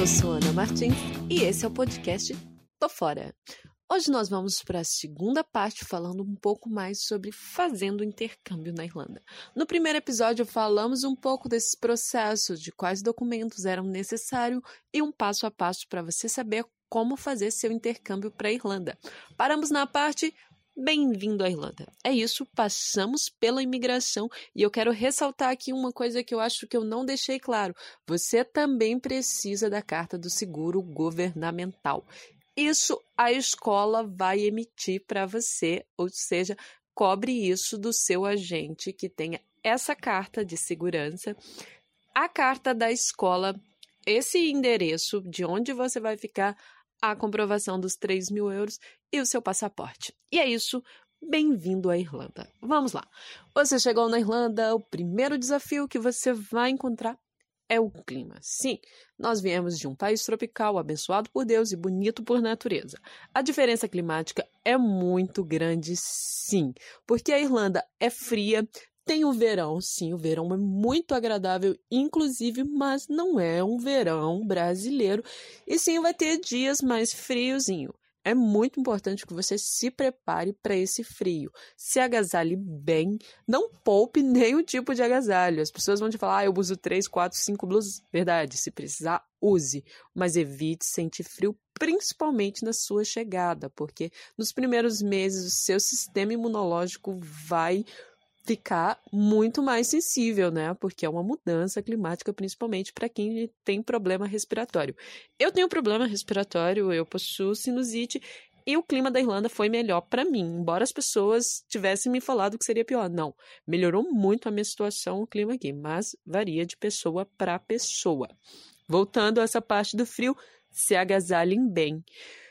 sou Ana Martins e esse é o podcast Tô Fora. Hoje nós vamos para a segunda parte falando um pouco mais sobre fazendo intercâmbio na Irlanda. No primeiro episódio falamos um pouco desses processos, de quais documentos eram necessários e um passo a passo para você saber como fazer seu intercâmbio para a Irlanda. Paramos na parte Bem-vindo à Irlanda. É isso, passamos pela imigração e eu quero ressaltar aqui uma coisa que eu acho que eu não deixei claro. Você também precisa da carta do seguro governamental. Isso a escola vai emitir para você, ou seja, cobre isso do seu agente que tenha essa carta de segurança, a carta da escola, esse endereço de onde você vai ficar, a comprovação dos 3.000 euros e o seu passaporte. E é isso, bem-vindo à Irlanda. Vamos lá. Você chegou na Irlanda, o primeiro desafio que você vai encontrar é o clima. Sim, nós viemos de um país tropical, abençoado por Deus e bonito por natureza. A diferença climática é muito grande, sim, porque a Irlanda é fria. Tem o verão, sim, o verão é muito agradável, inclusive, mas não é um verão brasileiro. E sim, vai ter dias mais friozinho. É muito importante que você se prepare para esse frio. Se agasalhe bem, não poupe nenhum tipo de agasalho. As pessoas vão te falar, eu uso 3, 4, 5 blusas. Verdade, se precisar, use. Mas evite sentir frio, principalmente na sua chegada, porque nos primeiros meses o seu sistema imunológico vai ficar muito mais sensível, né? Porque é uma mudança climática, principalmente para quem tem problema respiratório. Eu tenho problema respiratório, eu possuo sinusite e o clima da Irlanda foi melhor para mim, embora as pessoas tivessem me falado que seria pior. Não, melhorou muito a minha situação, o clima aqui, mas varia de pessoa para pessoa. Voltando a essa parte do frio, se agasalhem bem.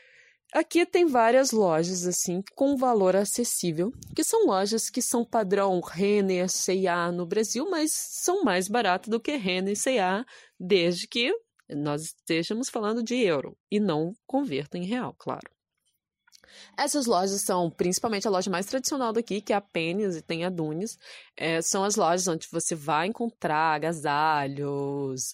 Aqui tem várias lojas, assim, com valor acessível, que são lojas que são padrão Renner, C&A no Brasil, mas são mais baratas do que Renner e C&A, desde que nós estejamos falando de euro e não converta em real, claro. Essas lojas são principalmente a loja mais tradicional daqui, que é a Penneys e tem a Dunnes. São as lojas onde você vai encontrar agasalhos,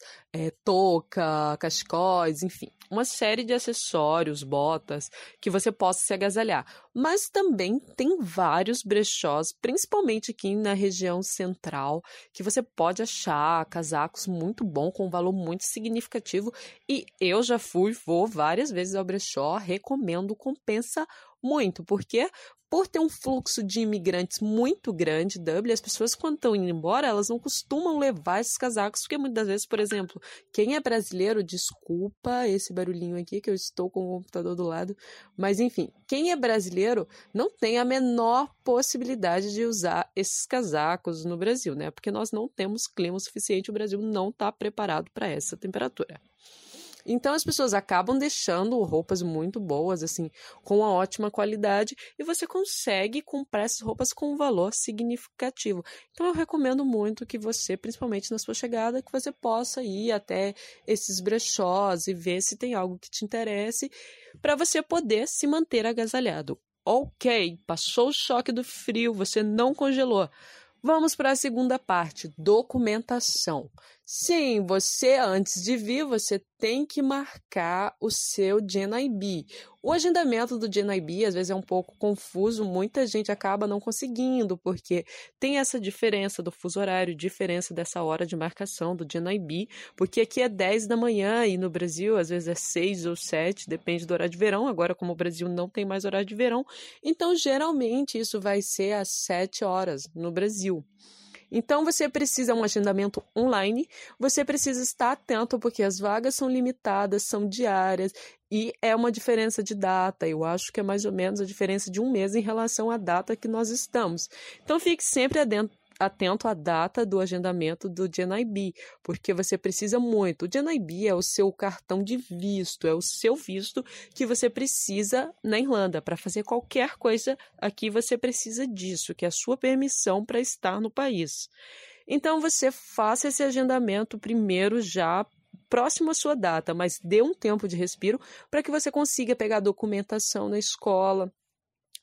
touca, cachecóis, enfim, uma série de acessórios, botas, que você possa se agasalhar. Mas também tem vários brechós, principalmente aqui na região central, que você pode achar casacos muito bons, com um valor muito significativo. E eu já vou várias vezes ao brechó, recomendo, compensa muito, porque por ter um fluxo de imigrantes muito grande, Dublin, as pessoas quando estão indo embora, elas não costumam levar esses casacos, porque muitas vezes, por exemplo, quem é brasileiro, desculpa esse barulhinho aqui, que eu estou com o computador do lado, mas enfim, quem é brasileiro não tem a menor possibilidade de usar esses casacos no Brasil, né? Porque nós não temos clima suficiente, o Brasil não está preparado para essa temperatura. Então, as pessoas acabam deixando roupas muito boas, assim, com uma ótima qualidade, e você consegue comprar essas roupas com um valor significativo. Então, eu recomendo muito que você, principalmente na sua chegada, que você possa ir até esses brechós e ver se tem algo que te interesse, para você poder se manter agasalhado. Ok, passou o choque do frio, você não congelou. Vamos para a segunda parte, documentação. Sim, você, antes de vir, você tem que marcar o seu GNIB. O agendamento do GNIB, às vezes, é um pouco confuso, muita gente acaba não conseguindo, porque tem essa diferença do fuso horário, diferença dessa hora de marcação do GNIB, porque aqui é 10 da manhã e no Brasil, às vezes, é 6 ou 7, depende do horário de verão. Agora, como o Brasil não tem mais horário de verão, então, geralmente, isso vai ser às 7 horas no Brasil. Então, você precisa de um agendamento online, você precisa estar atento, porque as vagas são limitadas, são diárias, e é uma diferença de data. Eu acho que é mais ou menos a diferença de um mês em relação à data que nós estamos. Então, fique sempre atento à data do agendamento do GNIB, porque você precisa muito. O GNIB é o seu cartão de visto, é o seu visto que você precisa na Irlanda. Para fazer qualquer coisa aqui, você precisa disso, que é a sua permissão para estar no país. Então, você faça esse agendamento primeiro já próximo à sua data, mas dê um tempo de respiro para que você consiga pegar a documentação na escola,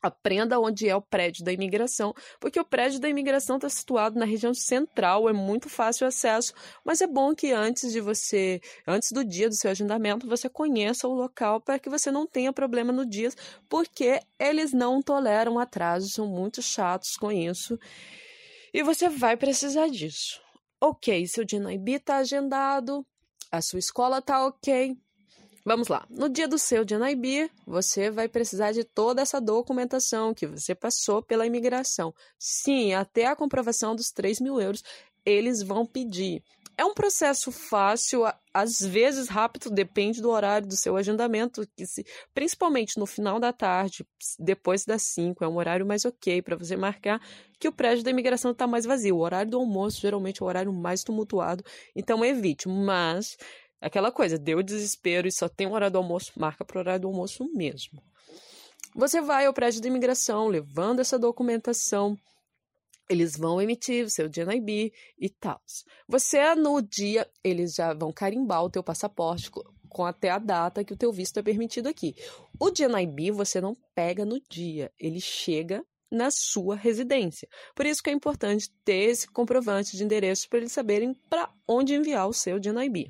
Aprenda onde é o prédio da imigração, porque o prédio da imigração está situado na região central, é muito fácil o acesso, mas é bom que antes do dia do seu agendamento, você conheça o local para que você não tenha problema no dia, porque eles não toleram atrasos, são muito chatos com isso, e você vai precisar disso. Ok, seu DNIB está agendado, a sua escola está ok. Vamos lá, no dia do seu DNIB, você vai precisar de toda essa documentação que você passou pela imigração. Sim, até a comprovação dos 3.000 euros, eles vão pedir. É um processo fácil, às vezes rápido, depende do horário do seu agendamento, principalmente no final da tarde, depois das 5, é um horário mais ok para você marcar que o prédio da imigração está mais vazio. O horário do almoço geralmente é o horário mais tumultuado, então evite, mas... Aquela coisa, deu desespero e só tem o horário do almoço, marca para o horário do almoço mesmo. Você vai ao prédio de imigração, levando essa documentação, eles vão emitir o seu DNIB e tal. Você, no dia, eles já vão carimbar o teu passaporte com até a data que o teu visto é permitido aqui. O DNIB você não pega no dia, ele chega na sua residência. Por isso que é importante ter esse comprovante de endereço para eles saberem para onde enviar o seu DNIB.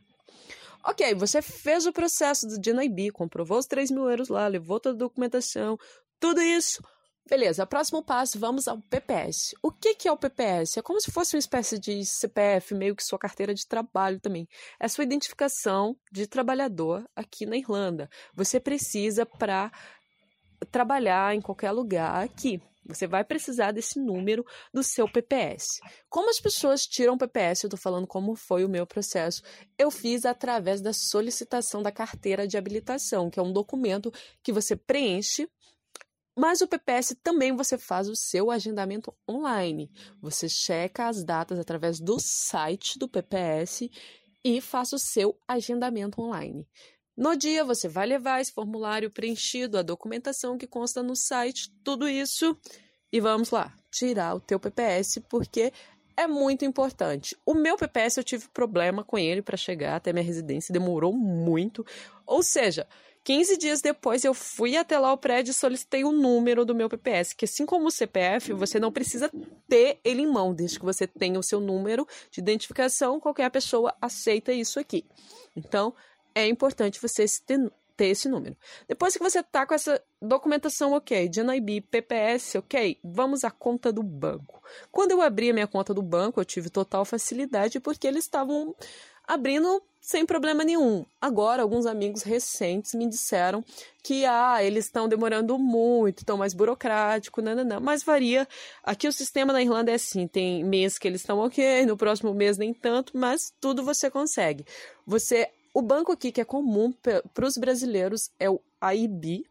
Ok, você fez o processo do DNIB, comprovou os 3.000 euros lá, levou toda a documentação, tudo isso. Beleza, próximo passo, vamos ao PPS. O que é o PPS? É como se fosse uma espécie de CPF, meio que sua carteira de trabalho também. É a sua identificação de trabalhador aqui na Irlanda. Você precisa para trabalhar em qualquer lugar aqui. Você vai precisar desse número do seu PPS. Como as pessoas tiram o PPS, eu estou falando como foi o meu processo, eu fiz através da solicitação da carteira de habilitação, que é um documento que você preenche, mas o PPS também você faz o seu agendamento online. Você checa as datas através do site do PPS e faz o seu agendamento online. No dia, você vai levar esse formulário preenchido, a documentação que consta no site, tudo isso, e vamos lá, tirar o teu PPS, porque é muito importante. O meu PPS, eu tive problema com ele para chegar até minha residência, demorou muito, ou seja, 15 dias depois eu fui até lá ao prédio e solicitei o número do meu PPS, que assim como o CPF, você não precisa ter ele em mão, desde que você tenha o seu número de identificação, qualquer pessoa aceita isso aqui. Então, é importante você ter esse número. Depois que você está com essa documentação ok, DNIB, PPS ok, vamos à conta do banco. Quando eu abri a minha conta do banco, eu tive total facilidade porque eles estavam abrindo sem problema nenhum. Agora, alguns amigos recentes me disseram que eles estão demorando muito, estão mais burocrático, não, mas varia. Aqui o sistema na Irlanda é assim, tem mês que eles estão ok, no próximo mês nem tanto, mas tudo você consegue. O banco aqui que é comum para os brasileiros é o AIB,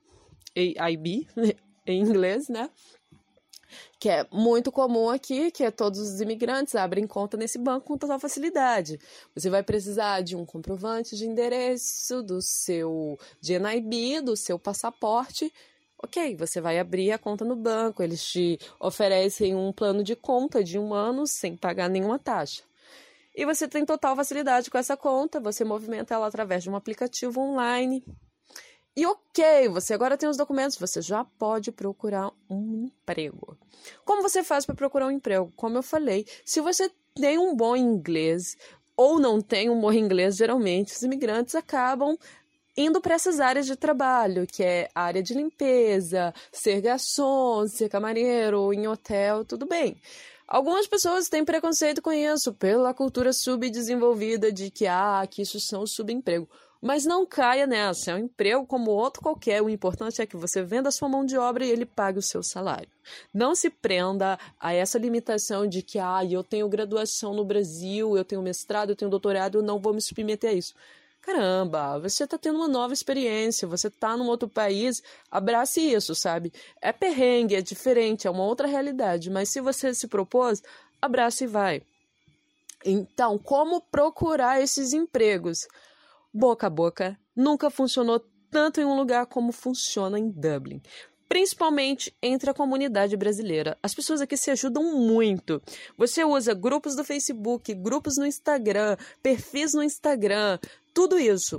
em inglês, né? Que é muito comum aqui, que é todos os imigrantes abrem conta nesse banco com total facilidade. Você vai precisar de um comprovante de endereço, do seu DNIB, do seu passaporte. Ok, você vai abrir a conta no banco, eles te oferecem um plano de conta de 1 ano sem pagar nenhuma taxa. E você tem total facilidade com essa conta, você movimenta ela através de um aplicativo online. E ok, você agora tem os documentos, você já pode procurar um emprego. Como você faz para procurar um emprego? Como eu falei, se você tem um bom inglês ou não tem um bom inglês, geralmente os imigrantes acabam indo para essas áreas de trabalho, que é a área de limpeza, ser garçom, ser camareiro, em hotel, tudo bem. Algumas pessoas têm preconceito com isso, pela cultura subdesenvolvida de que isso são subemprego. Mas não caia nessa, é um emprego como outro qualquer, o importante é que você venda a sua mão de obra e ele pague o seu salário. Não se prenda a essa limitação de que eu tenho graduação no Brasil, eu tenho mestrado, eu tenho doutorado, eu não vou me submeter a isso. Caramba, você está tendo uma nova experiência, você está num outro país, abrace isso, sabe? É perrengue, é diferente, é uma outra realidade, mas se você se propôs, abrace e vai. Então, como procurar esses empregos? Boca a boca nunca funcionou tanto em um lugar como funciona em Dublin. Principalmente entre a comunidade brasileira. As pessoas aqui se ajudam muito. Você usa grupos do Facebook, grupos no Instagram, perfis no Instagram, tudo isso.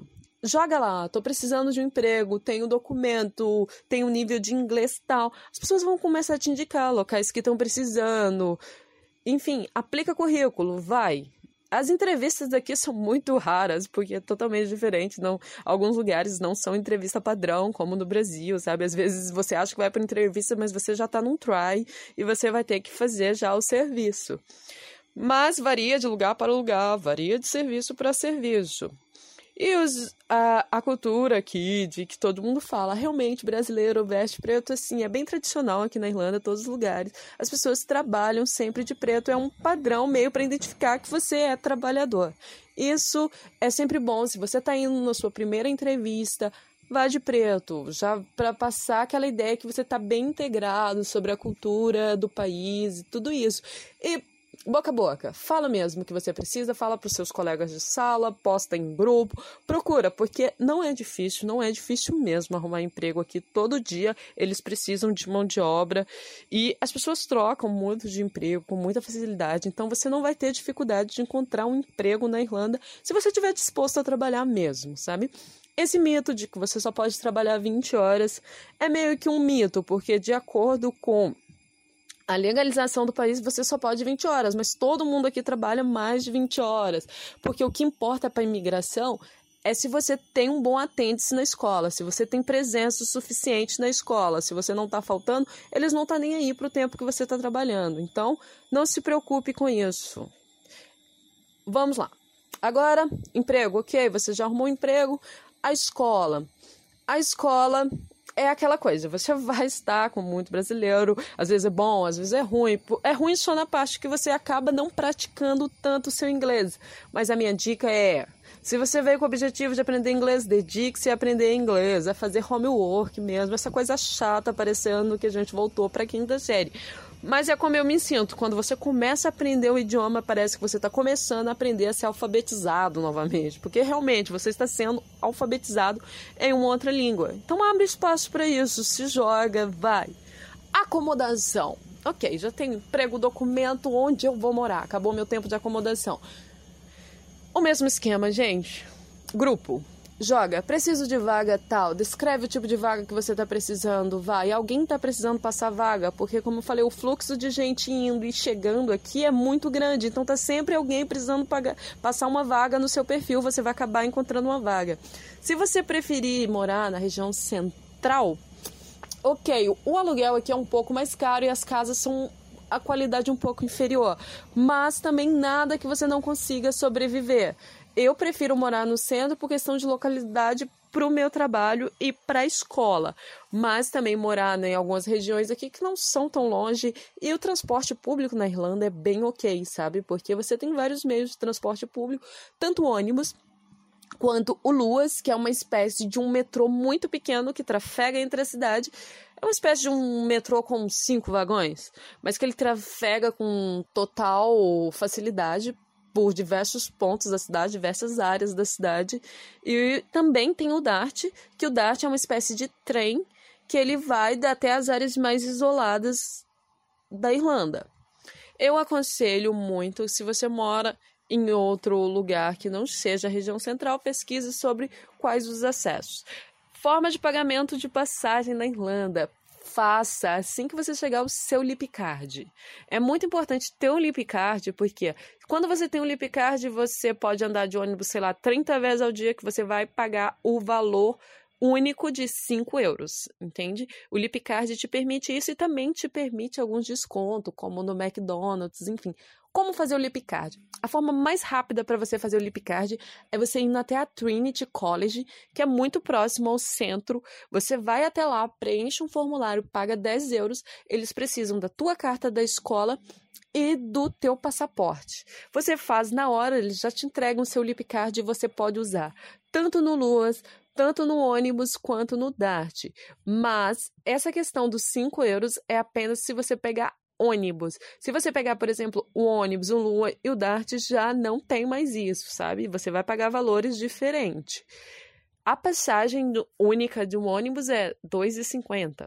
joga lá, tô precisando de um emprego, tenho documento, tenho nível de inglês tal. As pessoas vão começar a te indicar locais que estão precisando. Enfim, aplica currículo, vai. As entrevistas daqui são muito raras, porque é totalmente diferente. Não, alguns lugares não são entrevista padrão, como no Brasil, sabe? Às vezes você acha que vai para entrevista, mas você já está num try e você vai ter que fazer já o serviço. Mas varia de lugar para lugar, varia de serviço para serviço. E a cultura aqui, de que todo mundo fala, realmente brasileiro veste preto, assim, é bem tradicional aqui na Irlanda, todos os lugares. As pessoas trabalham sempre de preto, é um padrão meio para identificar que você é trabalhador. Isso é sempre bom, se você está indo na sua primeira entrevista, vá de preto, já para passar aquela ideia que você está bem integrado sobre a cultura do país e tudo isso. E boca a boca, fala mesmo que você precisa, fala para os seus colegas de sala, posta em grupo, procura, porque não é difícil mesmo arrumar emprego aqui. Todo dia eles precisam de mão de obra e as pessoas trocam muito de emprego com muita facilidade, então você não vai ter dificuldade de encontrar um emprego na Irlanda se você estiver disposto a trabalhar mesmo, sabe? Esse mito de que você só pode trabalhar 20 horas é meio que um mito, porque de acordo com a legalização do país, você só pode 20 horas, mas todo mundo aqui trabalha mais de 20 horas, porque o que importa para a imigração é se você tem um bom attendance na escola, se você tem presença suficiente na escola, se você não está faltando, eles não estão nem aí para o tempo que você está trabalhando. Então, não se preocupe com isso. Vamos lá. Agora, emprego, ok, você já arrumou um emprego. A escola é aquela coisa, você vai estar com muito brasileiro, às vezes é bom, às vezes é ruim. É ruim só na parte que você acaba não praticando tanto o seu inglês. Mas a minha dica é, se você veio com o objetivo de aprender inglês, dedique-se a aprender inglês, a fazer homework mesmo, essa coisa chata parecendo que a gente voltou para a quinta série. Mas é como eu me sinto, quando você começa a aprender o idioma, parece que você está começando a aprender a ser alfabetizado novamente, porque realmente você está sendo alfabetizado em uma outra língua. Então abre espaço para isso, se joga, vai. Acomodação. Ok, já tenho emprego, documento, onde eu vou morar, acabou meu tempo de acomodação. O mesmo esquema, gente. Grupo. Joga, preciso de vaga tal, descreve o tipo de vaga que você está precisando, vai, alguém está precisando passar vaga, porque como eu falei, o fluxo de gente indo e chegando aqui é muito grande, então tá sempre alguém precisando passar uma vaga no seu perfil, você vai acabar encontrando uma vaga. Se você preferir morar na região central, ok, o aluguel aqui é um pouco mais caro e as casas são a qualidade um pouco inferior, mas também nada que você não consiga sobreviver. Eu prefiro morar no centro por questão de localidade para o meu trabalho e para a escola, mas também morar em algumas regiões aqui que não são tão longe e o transporte público na Irlanda é bem ok, sabe? Porque você tem vários meios de transporte público, tanto ônibus quanto o Luas, que é uma espécie de um metrô muito pequeno que trafega entre a cidade. É uma espécie de um metrô com 5 vagões, mas que ele trafega com total facilidade por diversos pontos da cidade, diversas áreas da cidade. E também tem o DART, que o DART é uma espécie de trem que ele vai até as áreas mais isoladas da Irlanda. Eu aconselho muito, se você mora em outro lugar que não seja a região central, pesquise sobre quais os acessos. Forma de pagamento de passagem na Irlanda. Faça assim que você chegar o seu Lipcard. É muito importante ter um Lipcard, porque quando você tem um Lipcard, você pode andar de ônibus, 30 vezes ao dia, que você vai pagar o valor único de 5 euros, entende? O Lipcard te permite isso e também te permite alguns descontos, como no McDonald's, enfim. Como fazer o Lipcard? A forma mais rápida para você fazer o Lipcard é você indo até a Trinity College, que é muito próximo ao centro. Você vai até lá, preenche um formulário, paga 10 euros. Eles precisam da tua carta da escola e do teu passaporte. Você faz na hora, eles já te entregam o seu Lipcard e você pode usar tanto no Luas, tanto no ônibus quanto no DART. Mas essa questão dos 5 euros é apenas se você pegar ônibus. Se você pegar, por exemplo, o ônibus, o Lua e o DART, já não tem mais isso, sabe? Você vai pagar valores diferentes. A passagem única de um ônibus é 2,50.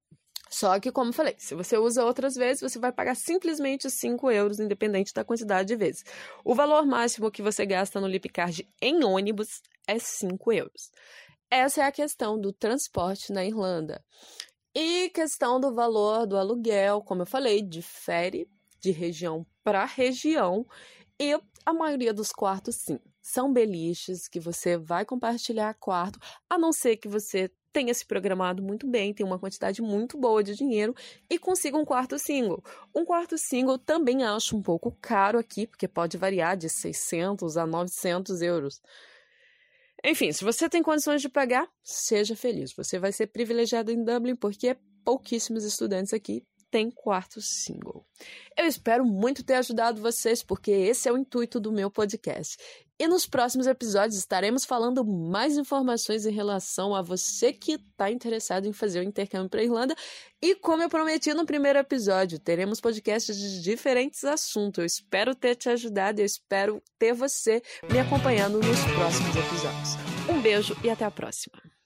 Só que, como falei, se você usa outras vezes, você vai pagar simplesmente 5 euros, independente da quantidade de vezes. O valor máximo que você gasta no Lipcard em ônibus é 5 euros. Essa é a questão do transporte na Irlanda. E questão do valor do aluguel, como eu falei, difere de região para região. E a maioria dos quartos, sim, são beliches que você vai compartilhar quarto, a não ser que você tenha se programado muito bem, tenha uma quantidade muito boa de dinheiro e consiga um quarto single. Um quarto single também acho um pouco caro aqui, porque pode variar de 600 a 900 euros. Enfim, se você tem condições de pagar, seja feliz. Você vai ser privilegiado em Dublin, porque pouquíssimos estudantes aqui têm quarto single. Eu espero muito ter ajudado vocês, porque esse é o intuito do meu podcast. E nos próximos episódios estaremos falando mais informações em relação a você que está interessado em fazer o intercâmbio para a Irlanda. E como eu prometi no primeiro episódio, teremos podcasts de diferentes assuntos. Eu espero ter te ajudado e eu espero ter você me acompanhando nos próximos episódios. Um beijo e até a próxima!